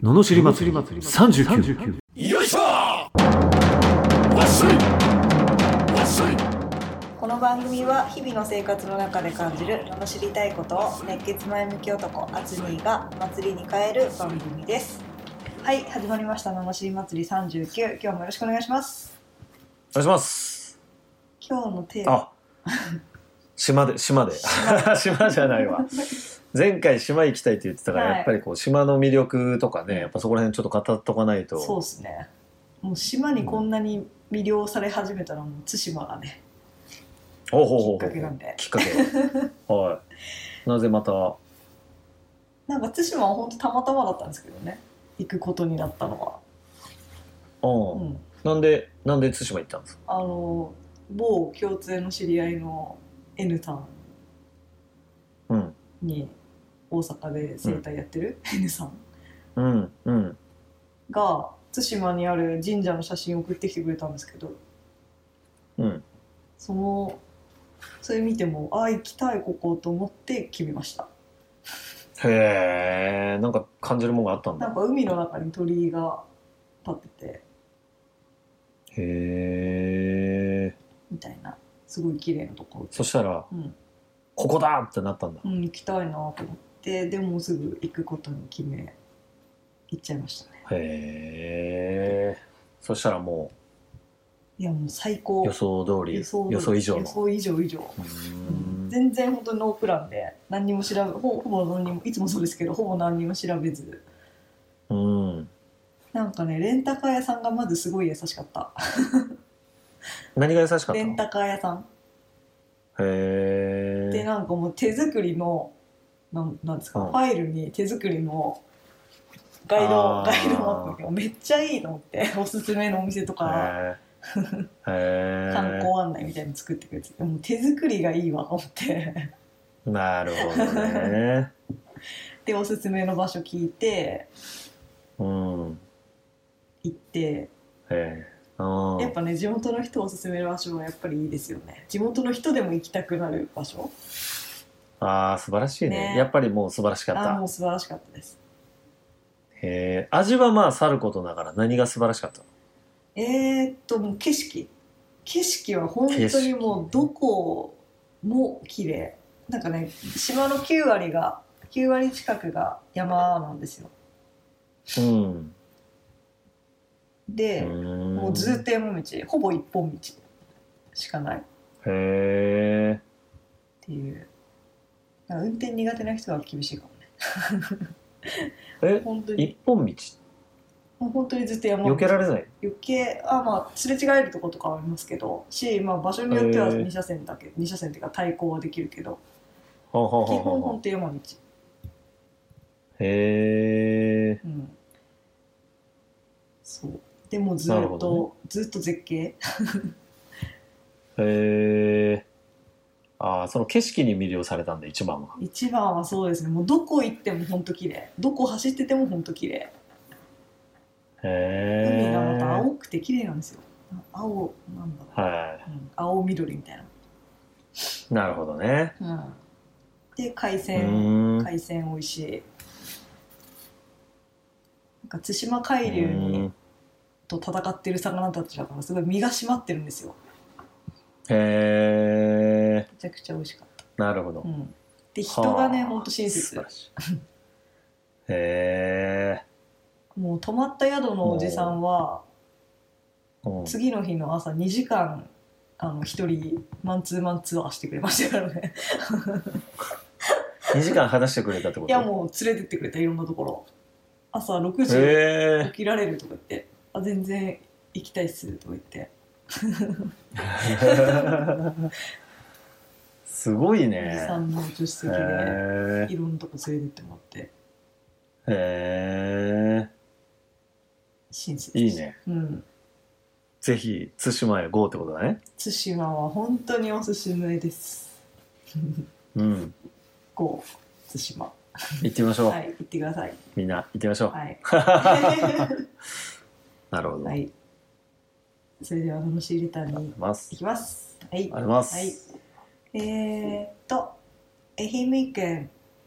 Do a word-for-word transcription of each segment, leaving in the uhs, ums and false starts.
ののしり祭りさんじゅうきゅう。 よいしょわっしょいわっしょい。 この番組は日々の生活の中で感じる罵りたいことを熱血前向き男アツニーが祭りに変える番組です。はい、始まりました罵り祭りさんじゅうきゅう。今日もよろしくお願いします。 お願いします。 今日のテーマ、 あ、島で島で島じゃないわ。前回島行きたいって言ってたから、はい、やっぱりこう島の魅力とかね、やっぱそこら辺ちょっと語っとかないと。 そうですね。もう島にこんなに魅了され始めたのも対馬がね、 ほうほうほうほう、 きっかけなんで。 きっかけはい。なぜまた。 なんか対馬は本当たまたまだったんですけどね、行くことになったのは。 うん、なんでなんで対馬行ったんですか？ あの某共通の知り合いの N さんに、大阪で整体やってる、うん、N さん、 うんうん、 が対馬にある神社の写真を送ってきてくれたんですけど、 うん、 そのそれ見てもあ行きたいここと思って決めました。 へえ、なんか感じるものがあったんだ。 なんか海の中に鳥居が立ってて、 へえみたいなすごい綺麗なところ。 そしたら、うん、ここだってなったんだ。 うん、行きたいなと思って、でもすぐ行くことに決め行っちゃいましたね。 へえ。そしたらもう、いやもう最高。 予想通り、予想予想以上の。 予想以上以上。うん、全然本当にノープランで何にも調べ、ほぼ何にもいつもそうですけどほぼ何にも調べず。 うん。 なんかね、レンタカー屋さんがまずすごい優しかった。 何が優しかったの？ レンタカー屋さん。 へー。 で、なんかもう手作りのなん、なんですか、うん、ファイルに手作りのガイドガイドマップがめっちゃいいと思って、おすすめのお店とかへ観光案内みたいに作ってくれて、もう手作りがいいわと思って。 なるほどね。 でおすすめの場所聞いて、 うん、 行って、 へやっぱね地元の人おすすめの場所はやっぱりいいですよね。地元の人でも行きたくなる場所。 ああ素晴らしい ね, ねやっぱりもう素晴らしかった。 あもう素晴らしかったです。 へえ。味はまあさることながら何が素晴らしかったの？ えー、っともう景色景色は本当にもうどこも綺麗。なんかね島のきゅうわりがきゅうわり近くが山なんですよ。 うんでもうずっと山道、ほぼ一本道しかない。 へーっていう。なんか運転苦手な人は厳しいかもね。 え本当に一本道もう本当にずっと山道。 避けられない？ 避けあまあすれ違えるとことかはありますけどし、まあ、場所によってはに車線だけに車線っていうか対向はできるけど、 はははは基本本当山道。 へー、 うん、そうでもずっと、ね、ずっと絶景。 へえ。ああその景色に魅了されたんで一番は。 一番はそうですね。もうどこ行っても本当綺麗。どこ走ってても本当綺麗。 へえ。 海がまた青くて綺麗なんですよ。青なんだろう、 はい、 うん、青緑みたいな。 なるほどね。 うん、で海鮮海鮮美味しい。なんか対馬海流にと戦ってる魚たちだからすごい身が締まってるんですよ。 へえ。 めちゃくちゃ美味しかった。 なるほど。 うん、で人がねほんと親切。 へえ。 もう泊まった宿のおじさんは次の日の朝にじかんあの一人マンツーマンツアーしてくれましたからね。 にじかん話してくれたってこと？ いやもう連れてってくれた。いろんなところ。朝ろくじ起きられるとか言って、あ全然行きたいっすとか言って。 すごいね。 おじさんの助手席でいろんなとこ連れてってもらって。へえ。 親切。 いいね。 うん。 ぜひ対馬へ ゴー ってことだね。 対馬は本当におすすめです。 うん。 ゴー対馬。 行ってみましょう。 はい、行ってください。 みんな行ってみましょう。 はい。 なるほど。 はい。それでは罵りレターに行きます。はい。 あります。 はい。えー、っと愛媛県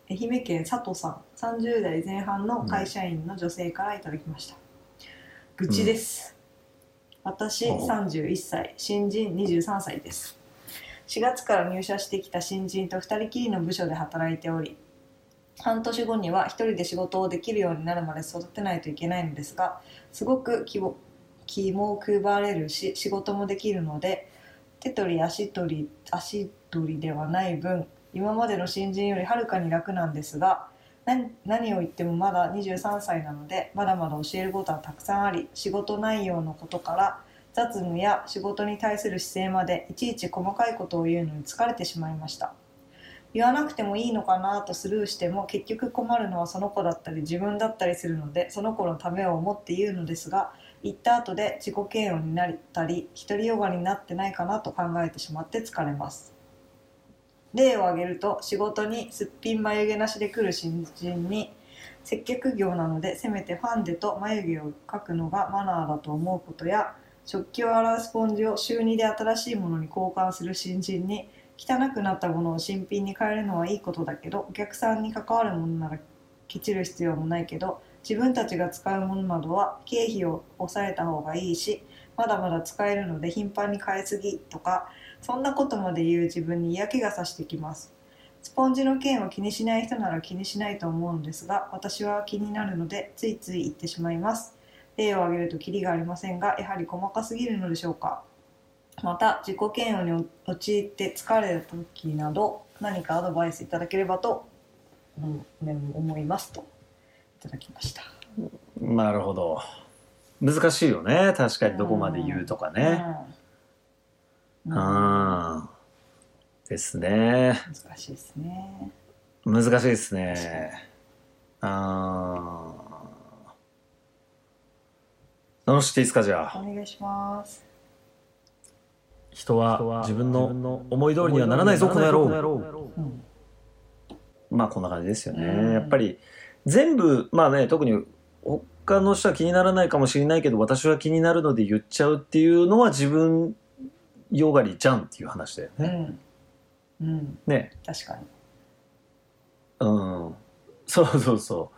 愛媛県佐藤さん、さんじゅう代前半の会社員の女性からいただきました。愚痴です、うん、私さんじゅういっさい、新人にじゅうさんさいです。しがつから入社してきた新人とふたりきりの部署で働いており、半年後にはひとりで仕事をできるようになるまで育てないといけないのですが、すごく気も気も配れるし仕事もできるので、手取り足取り足取りではない分、今までの新人よりはるかに楽なんですが、何, 何を言ってもまだにじゅうさんさいなので、まだまだ教えることはたくさんあり、仕事内容のことから雑務や仕事に対する姿勢までいちいち細かいことを言うのに疲れてしまいました。言わなくてもいいのかなとスルーしても、結局困るのはその子だったり自分だったりするので、その子のためを思って言うのですが、言った後で自己嫌悪になったり独りよがりになってないかなと考えてしまって疲れます。例を挙げると、仕事にすっぴん眉毛なしで来る新人に、接客業なのでせめてファンデと眉毛を描くのがマナーだと思うことや、食器を洗うスポンジを週にで新しいものに交換する新人に、汚くなったものを新品に変えるのはいいことだけど、お客さんに関わるものならケチる必要もないけど、自分たちが使うものなどは経費を抑えた方がいいし、まだまだ使えるので頻繁に買いすぎとか、そんなことまで言う自分に嫌気がさしてきます。スポンジの件を気にしない人なら気にしないと思うのですが、私は気になるのでついつい言ってしまいます。例を挙げるとキリがありませんが、やはり細かすぎるのでしょうか。また自己嫌悪に陥って疲れた時など、何かアドバイスいただければと思いますといただきました。 なるほど。難しいよね、確かにどこまで言うとかね。うん、うんうん、ですね。 難しいですね。 難しいですね。ああ。直していいですか、じゃあ。 お願いします。 人は自分の思い通りにはならないぞ、この野郎。うん、まあこんな感じですよね。うん、やっぱり全部、まあね、特に他の人は気にならないかもしれないけど、私は気になるので言っちゃうっていうのは自分よがりじゃんっていう話だよね。うん。うん、ね。 確かに。 うん。そうそうそう。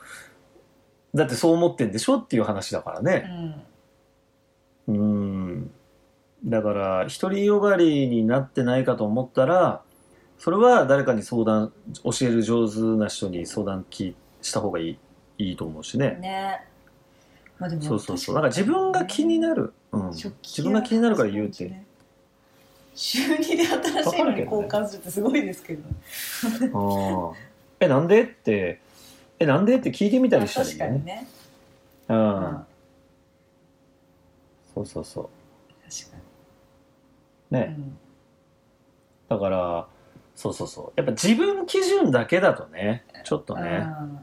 だってそう思ってんでしょっていう話だからね。うん。うんだから独りよがりになってないかと思ったら、それは誰かに相談、教える上手な人に相談した方がいい、いいと思うしね。ね。まあでもそうそうそう。なんか自分が気になる、うん、自分が気になるから言うって。ね、 週にで新しいのに交換するってすごいですけど。 あえなんでってえなんでって聞いてみたりしたらいいね。確かにね。うん。うん、そうそうそう。確かに。ね、うん、だからそうそうそうやっぱ自分基準だけだとねちょっとね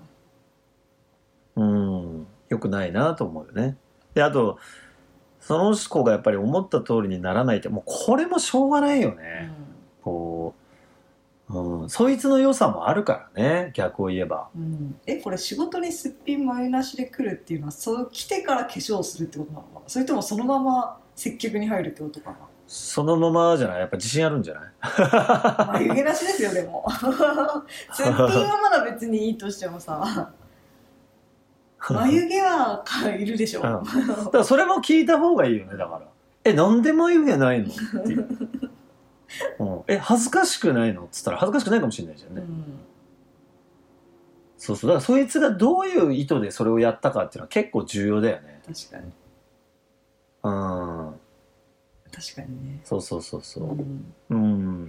うん良くないなと思うよね。であとその子がやっぱり思った通りにならないってもうこれもしょうがないよね、うん、こう、うん、そいつの良さもあるからね逆を言えば、 うん、えこれ仕事にすっぴん眉なしで来るっていうのはそう来てから化粧するってことなのかな、それともそのまま接客に入るってことかな。 そのままじゃないやっぱ自信あるんじゃない眉毛なしですよでもすっぴんはまだ別にいいとしてもさ眉毛はいるでしょ、うん、だからそれも聞いた方がいいよね。だからえなんで眉毛ないのっていう、うん、え恥ずかしくないのっつったら恥ずかしくないかもしれないじゃんね、うん、そうそうだからそいつがどういう意図でそれをやったかっていうのは結構重要だよね。 確かにうん確かにね。 そうそうそうそう、うん、うん、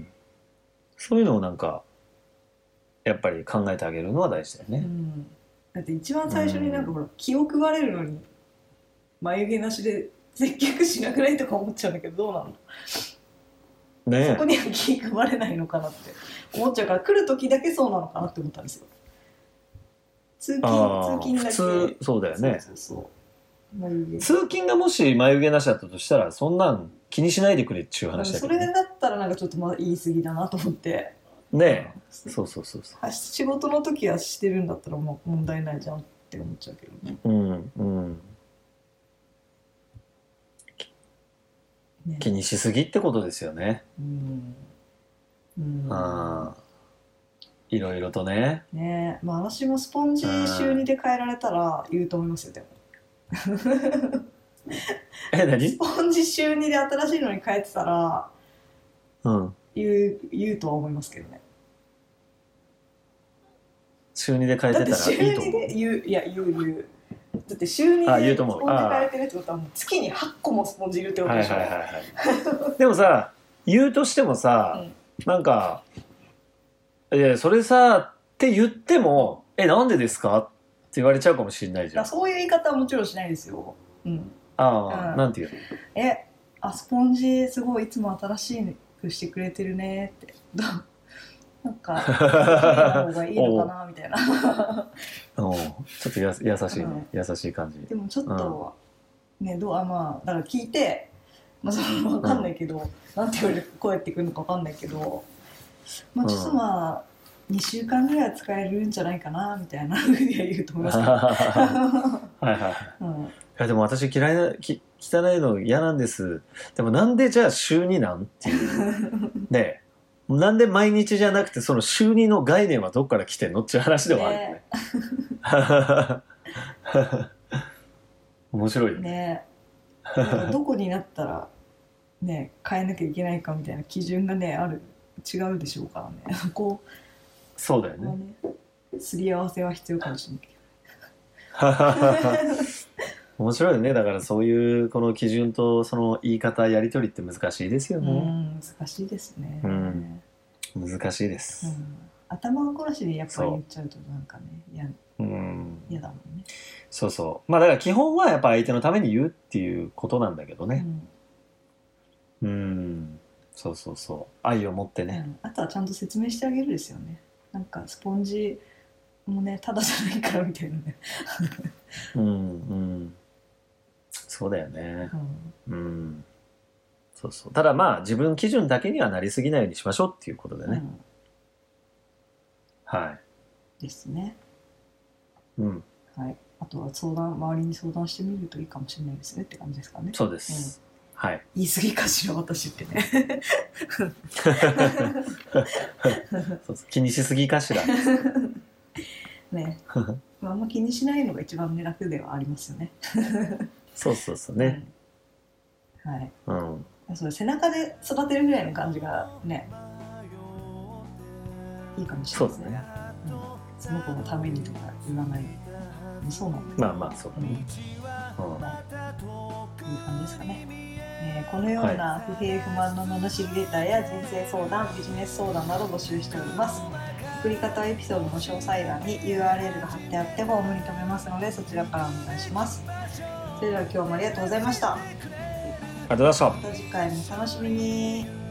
そういうのをなんかやっぱり考えてあげるのは大事だよね、うん、 だって一番最初になんかほら、うん、気を配れるのに眉毛なしで接客しなくないとか思っちゃうんだけどどうなのね、そこには気配れないのかなって思っちゃうから来る時だけそうなのかなって思ったんですよ。通勤通勤だけ普通そうだよね。 そうそうそう通勤がもし眉毛なしだったとしたらそんなん気にしないでくれっていう話だけど、ね、 それだったらなんかちょっとまあ言い過ぎだなと思ってねえ、うん、そうそうそうそう仕事の時はしてるんだったらもう問題ないじゃんって思っちゃうけどね。 うんうん、ね、気にしすぎってことですよね。うん、うん、あいろいろとね。 ねえ、まあ私もスポンジ週にで変えられたら言うと思いますよ、でも。 え、何？ スポンジ週にで新しいのに変えてたらうん。 言う、言うとは思いますけどね。 週にで変えだって週てたらいいと思にで言う、いや言う言う。だって週にであ言うとスポンジ思う変えてるってことはもう月にはっこもスポンジいるってこう。 とでしょ。 はいはいはいはい。でもさ、言うとしてもさ、 うんなんか、いやそれさって言っても、え、なんでですかって言われちゃうかもしれないじゃん。 だからそういう言い方はもちろんしないですよ。うん。 ああ、 うんなんていうの？ え、あ、スポンジすごいいつも新しくしてくれてるねって。どうなんか、綺麗な方がいいのかなみたいな。 うん、ちょっとや優しいね、 うん優しい感じ。 でもちょっと、ね、どう、あ、まあ、だから聞いて、まあ、そのわかんないけど、なんて言われる、こうやってくるのかわかんないけど、まあ、ちょっとまあ、にしゅうかんぐらいは使えるんじゃないかなみたいなふうには言うと思いますけど。 はいはいはい。 うん、 いやでも私嫌いなき汚いの嫌なんです。でもなんでじゃあ週になんっていうねえ、なんで毎日じゃなくてその週にの概念はどっから来てんのっていう話ではあるよね。面白いよね。 ねだからどこになったらね変えなきゃいけないかみたいな基準がねある違うでしょうからね。こうそうだよね。 こうねすり合わせは必要かもしれないけど。 面白いよね。だからそういうこの基準とその言い方やり取りって難しいですようね。 ん難しいですね。 うん難しいです。 うん頭ごなしでやっぱり言っちゃうとなんかね嫌うん、 嫌だもんね。 そうそう。まあだから基本はやっぱ相手のために言うっていうことなんだけどね。 うんうん、そうそうそう。愛を持ってね。 うん、あとはちゃんと説明してあげるですよね。なんかスポンジもねただじゃないからみたいなね。 うんうん。そうだよね。 うんうん。そうそう。ただまあ自分基準だけにはなりすぎないようにしましょうっていうことでね。 うんはですね。 い。うん。 はい。あとは相談周りに相談してみるといいかもしれないですねって感じですかね。 そうです。はい。 言い過ぎかしら私ってね。 そうそう気にしすぎかしら。 ね。まああんま気にしないのが一番ね楽ではありますよね。 そうそうそうね。 うん。はい。 うん。 そう背中で育てるぐらいの感じがねいいかもしれないですね。うん、その子のためにとか言わない。そうなんだ。 まあまあそうだね。うん。 まあ、いい感じですかね。えーこのような不平不満の罵りレターや人生相談、ビジネス相談など募集しております。送り方はエピソードの詳細欄に ユーアールエル が貼ってあってフォームに留めますのでそちらからお願いします。それでは今日もありがとうございました。 ありがとうございました。 また次回もお楽しみに。